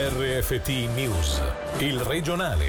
RFT News, il regionale.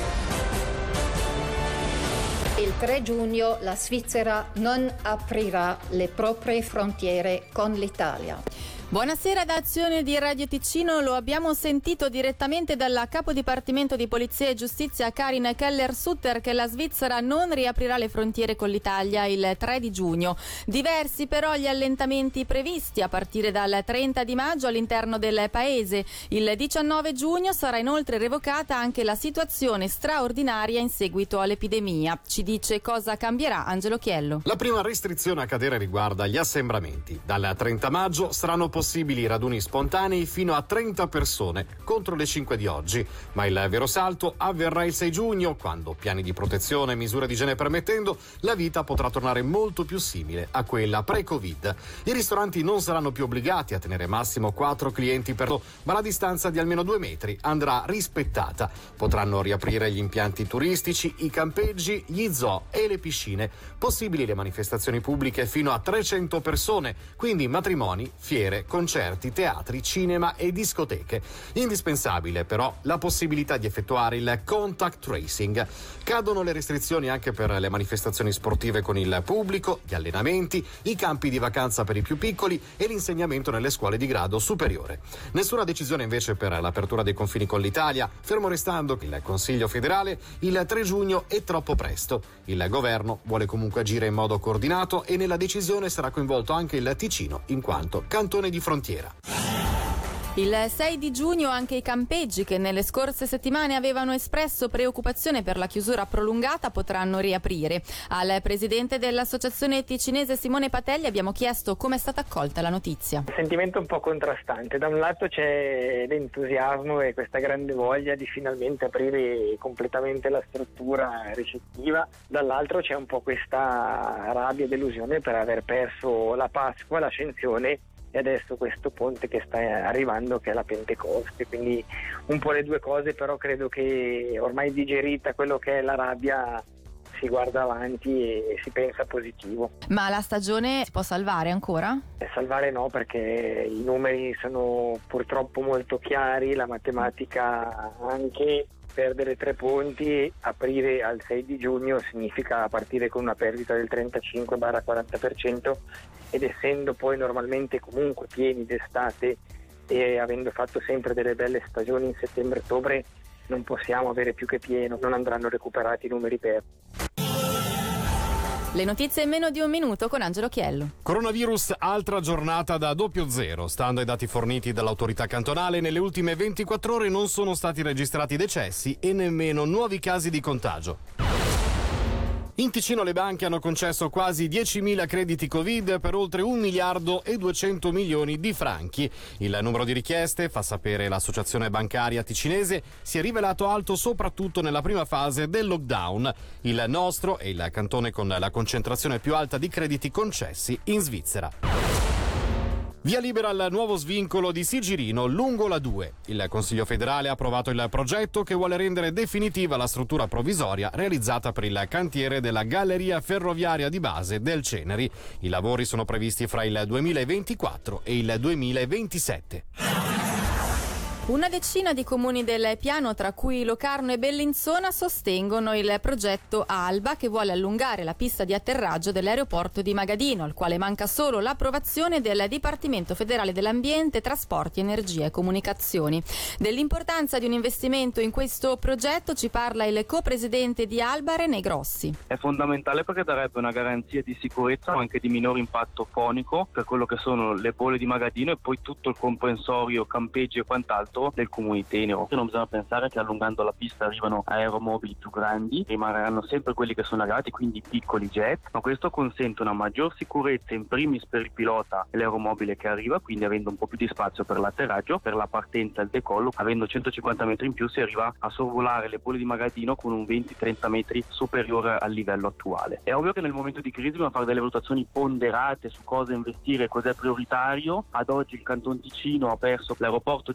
Il 3 giugno la Svizzera non aprirà le proprie frontiere con l'Italia. Buonasera da Azione di Radio Ticino, lo abbiamo sentito direttamente dalla Capo Dipartimento di Polizia e Giustizia Karin Keller-Sutter che la Svizzera non riaprirà le frontiere con l'Italia il 3 di giugno. Diversi però gli allentamenti previsti a partire dal 30 di maggio all'interno del paese. Il 19 giugno sarà inoltre revocata anche la situazione straordinaria in seguito all'epidemia. Ci dice cosa cambierà Angelo Chiello. La prima restrizione a cadere riguarda gli assembramenti. Dal 30 maggio saranno possibili raduni spontanei fino a 30 persone contro le 5 di oggi, ma il vero salto avverrà il 6 giugno quando, piani di protezione e misure di igiene permettendo, la vita potrà tornare molto più simile a quella pre-Covid. I ristoranti non saranno più obbligati a tenere massimo 4 clienti per ma la distanza di almeno 2 metri andrà rispettata. Potranno riaprire gli impianti turistici, i campeggi, gli zoo e le piscine. Possibili le manifestazioni pubbliche fino a 300 persone, quindi matrimoni, fiere, concerti, teatri, cinema e discoteche. Indispensabile però la possibilità di effettuare il contact tracing. Cadono le restrizioni anche per le manifestazioni sportive con il pubblico, gli allenamenti, i campi di vacanza per i più piccoli e l'insegnamento nelle scuole di grado superiore. Nessuna decisione invece per l'apertura dei confini con l'Italia, fermo restando che il Consiglio federale il 3 giugno è troppo presto. Il governo vuole comunque agire in modo coordinato e nella decisione sarà coinvolto anche il Ticino in quanto cantone di frontiera. Il 6 di giugno anche i campeggi che nelle scorse settimane avevano espresso preoccupazione per la chiusura prolungata potranno riaprire. Al presidente dell'associazione ticinese Simone Patelli abbiamo chiesto come è stata accolta la notizia. Sentimento un po' contrastante. Da un lato c'è l'entusiasmo e questa grande voglia di finalmente aprire completamente la struttura ricettiva, dall'altro c'è un po' questa rabbia e delusione per aver perso la Pasqua, l'Ascensione e adesso questo ponte che sta arrivando che è la Pentecoste, quindi un po' le due cose, però credo che ormai digerita quello che è la rabbia si guarda avanti e si pensa positivo. Ma la stagione si può salvare ancora? Salvare no, perché i numeri sono purtroppo molto chiari, la matematica anche. Perdere 3 ponti, aprire al 6 di giugno significa partire con una perdita del 35-40% ed essendo poi normalmente comunque pieni d'estate e avendo fatto sempre delle belle stagioni in settembre-ottobre non possiamo avere più che pieno, non andranno recuperati i numeri persi. Le notizie in meno di un minuto con Angelo Chiello. Coronavirus, altra giornata da 00. Stando ai dati forniti dall'autorità cantonale, nelle ultime 24 ore non sono stati registrati decessi e nemmeno nuovi casi di contagio. In Ticino le banche hanno concesso quasi 10.000 crediti Covid per oltre 1 miliardo e 200 milioni di franchi. Il numero di richieste, fa sapere l'associazione bancaria ticinese, si è rivelato alto soprattutto nella prima fase del lockdown. Il nostro è il cantone con la concentrazione più alta di crediti concessi in Svizzera. Via libera al nuovo svincolo di Sigirino lungo la 2. Il Consiglio federale ha approvato il progetto che vuole rendere definitiva la struttura provvisoria realizzata per il cantiere della galleria ferroviaria di base del Ceneri. I lavori sono previsti fra il 2024 e il 2027. Una decina di comuni del Piano, tra cui Locarno e Bellinzona, sostengono il progetto ALBA che vuole allungare la pista di atterraggio dell'aeroporto di Magadino, al quale manca solo l'approvazione del Dipartimento Federale dell'Ambiente, Trasporti, Energia e Comunicazioni. Dell'importanza di un investimento in questo progetto ci parla il co-presidente di ALBA, René Grossi. È fondamentale perché darebbe una garanzia di sicurezza ma anche di minore impatto fonico per quello che sono le bolle di Magadino e poi tutto il comprensorio, campeggi e quant'altro del comune tenero. Non bisogna pensare che allungando la pista arrivano aeromobili più grandi, rimarranno sempre quelli che sono arrivati, quindi piccoli jet, ma questo consente una maggior sicurezza in primis per il pilota e l'aeromobile che arriva, quindi avendo un po' più di spazio per l'atterraggio, per la partenza e il decollo, avendo 150 metri in più si arriva a sorvolare le bolle di Magadino con un 20-30 metri superiore al livello attuale. È ovvio che nel momento di crisi bisogna fare delle valutazioni ponderate su cosa investire, cos'è prioritario. Ad oggi il Canton Ticino ha perso l'aeroporto di Agni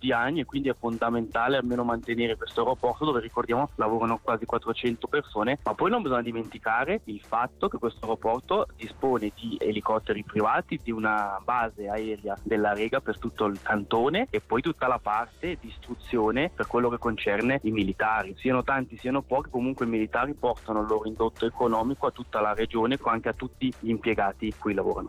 quindi è fondamentale almeno mantenere questo aeroporto dove, ricordiamo, lavorano quasi 400 persone, ma poi non bisogna dimenticare il fatto che questo aeroporto dispone di elicotteri privati, di una base aerea della Lega per tutto il cantone e poi tutta la parte di istruzione per quello che concerne i militari. Siano tanti siano pochi, comunque i militari portano il loro indotto economico a tutta la regione, anche a tutti gli impiegati cui lavorano.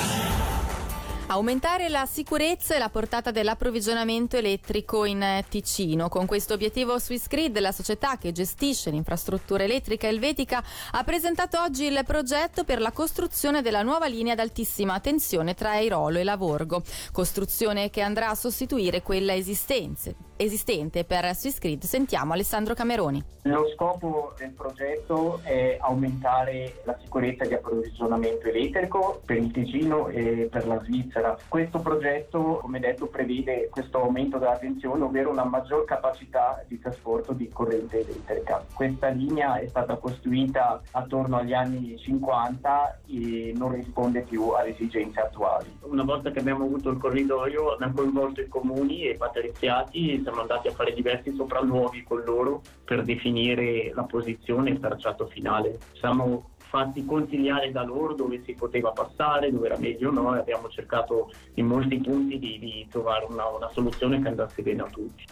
Aumentare la sicurezza e la portata dell'approvvigionamento elettrico in Ticino. Con questo obiettivo Swissgrid, la società che gestisce l'infrastruttura elettrica elvetica, ha presentato oggi il progetto per la costruzione della nuova linea ad altissima tensione tra Airolo e Lavorgo, costruzione che andrà a sostituire quella esistente. Per Swissgrid sentiamo Alessandro Cameroni. Lo scopo del progetto è aumentare la sicurezza di approvvigionamento elettrico per il Ticino e per la Svizzera. Questo progetto, come detto, prevede questo aumento della tensione, ovvero una maggior capacità di trasporto di corrente elettrica. Questa linea è stata costruita attorno agli anni 50 e non risponde più alle esigenze attuali. Una volta che abbiamo avuto il corridoio, abbiamo coinvolto i comuni e i patriziati, siamo andati a fare diversi sopralluoghi con loro per definire la posizione e il tracciato finale. Siamo fatti consigliare da loro dove si poteva passare, dove era meglio, no? Abbiamo cercato in molti punti di trovare una soluzione che andasse bene a tutti.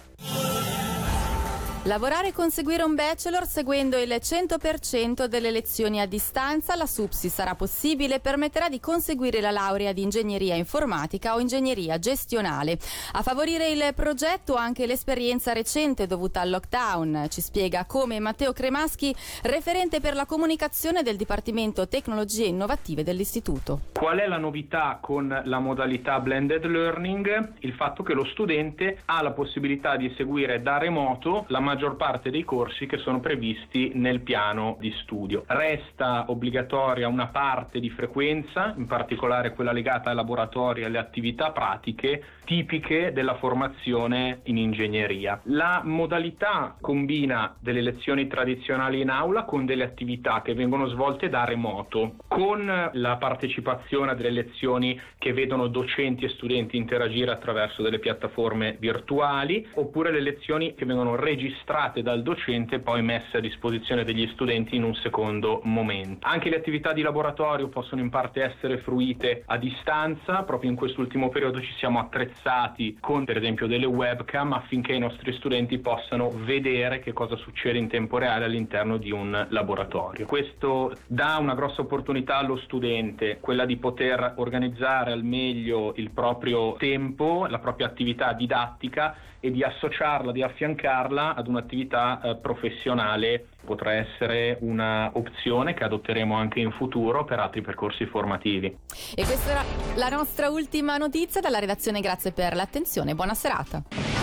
Lavorare e conseguire un bachelor seguendo il 100% delle lezioni a distanza. La SUPSI sarà possibile e permetterà di conseguire la laurea di ingegneria informatica o ingegneria gestionale. A favorire il progetto anche l'esperienza recente dovuta al lockdown. Ci spiega come Matteo Cremaschi, referente per la comunicazione del Dipartimento Tecnologie Innovative dell'Istituto. Qual è la novità con la modalità blended learning? Il fatto che lo studente ha la possibilità di seguire da remoto la maggior parte dei corsi che sono previsti nel piano di studio. Resta obbligatoria una parte di frequenza, in particolare quella legata ai laboratori e alle attività pratiche tipiche della formazione in ingegneria. La modalità combina delle lezioni tradizionali in aula con delle attività che vengono svolte da remoto, con la partecipazione a delle lezioni che vedono docenti e studenti interagire attraverso delle piattaforme virtuali, oppure le lezioni che vengono registrate dal docente e poi messe a disposizione degli studenti in un secondo momento. Anche le attività di laboratorio possono in parte essere fruite a distanza. Proprio in quest'ultimo periodo ci siamo attrezzati con, per esempio, delle webcam affinché i nostri studenti possano vedere che cosa succede in tempo reale all'interno di un laboratorio. Questo dà una grossa opportunità allo studente, quella di poter organizzare al meglio il proprio tempo, la propria attività didattica e di associarla, di affiancarla ad un'attività professionale. Potrà essere una opzione che adotteremo anche in futuro per altri percorsi formativi. E questa era la nostra ultima notizia dalla redazione. Grazie per l'attenzione, buona serata.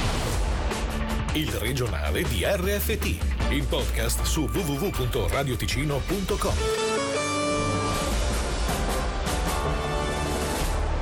Il regionale di RFT, il podcast su www.radioticino.com.